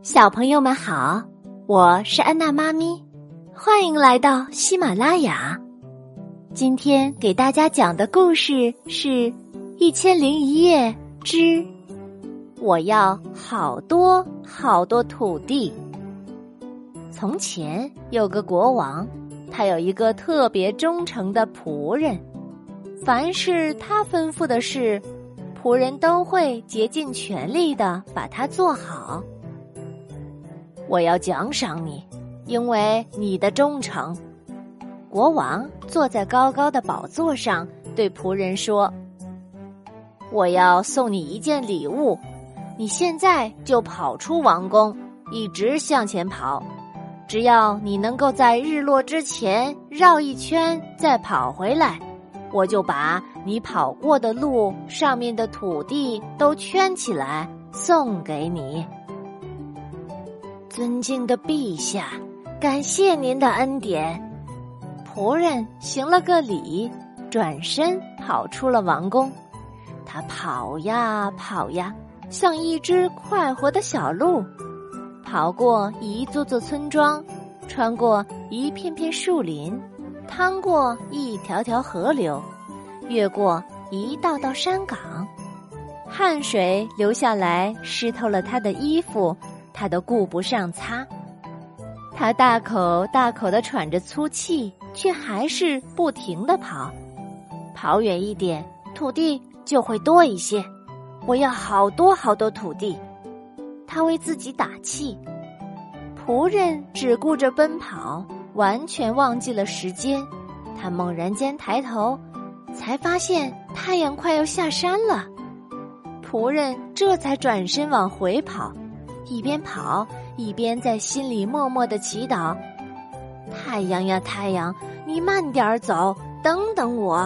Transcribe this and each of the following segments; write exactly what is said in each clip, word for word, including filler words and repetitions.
小朋友们好，我是安娜妈咪，欢迎来到喜马拉雅。今天给大家讲的故事是《一千零一夜之我要好多好多土地》。从前有个国王，他有一个特别忠诚的仆人，凡是他吩咐的事，仆人都会竭尽全力地把它做好。我要奖赏你，因为你的忠诚。国王坐在高高的宝座上，对仆人说：我要送你一件礼物，你现在就跑出王宫，一直向前跑，只要你能够在日落之前绕一圈再跑回来，我就把你跑过的路上面的土地都圈起来送给你。尊敬的陛下，感谢您的恩典。仆人行了个礼，转身跑出了王宫。他跑呀跑呀，像一只快活的小鹿，跑过一座座村庄，穿过一片片树林，趟过一条条河流，越过一道道山岗。汗水流下来，湿透了他的衣服，他都顾不上擦。他大口大口地喘着粗气，却还是不停地跑。跑远一点，土地就会多一些。我要好多好多土地。他为自己打气。仆人只顾着奔跑，完全忘记了时间。他猛然间抬头，才发现太阳快要下山了。仆人这才转身往回跑，一边跑一边在心里默默地祈祷：太阳呀太阳，你慢点走，等等我。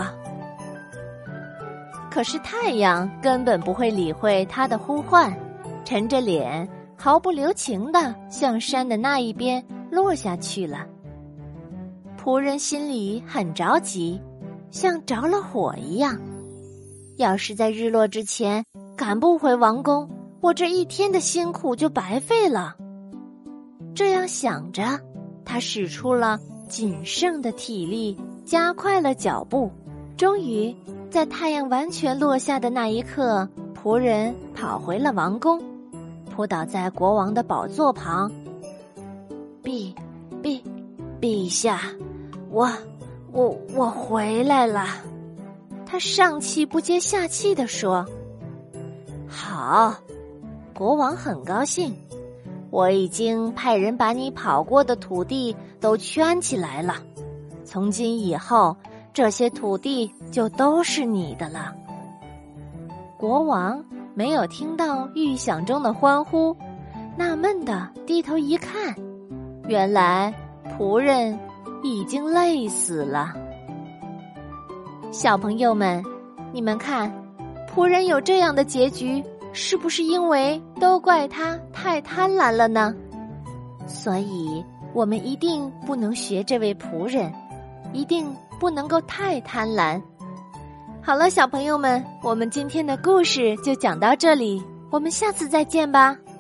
可是太阳根本不会理会他的呼唤，沉着脸毫不留情地向山的那一边落下去了。仆人心里很着急，像着了火一样。要是在日落之前赶不回王宫，我这一天的辛苦就白费了。这样想着，他使出了仅剩的体力，加快了脚步。终于在太阳完全落下的那一刻，仆人跑回了王宫，扑倒在国王的宝座旁。陛陛陛下，我我我回来了。他上气不接下气地说。好，国王很高兴，我已经派人把你跑过的土地都圈起来了，从今以后这些土地就都是你的了。国王没有听到预想中的欢呼，纳闷地低头一看，原来仆人已经累死了。小朋友们，你们看，仆人有这样的结局，是不是因为都怪他太贪婪了呢？所以我们一定不能学这位仆人，一定不能够太贪婪。好了，小朋友们，我们今天的故事就讲到这里，我们下次再见吧。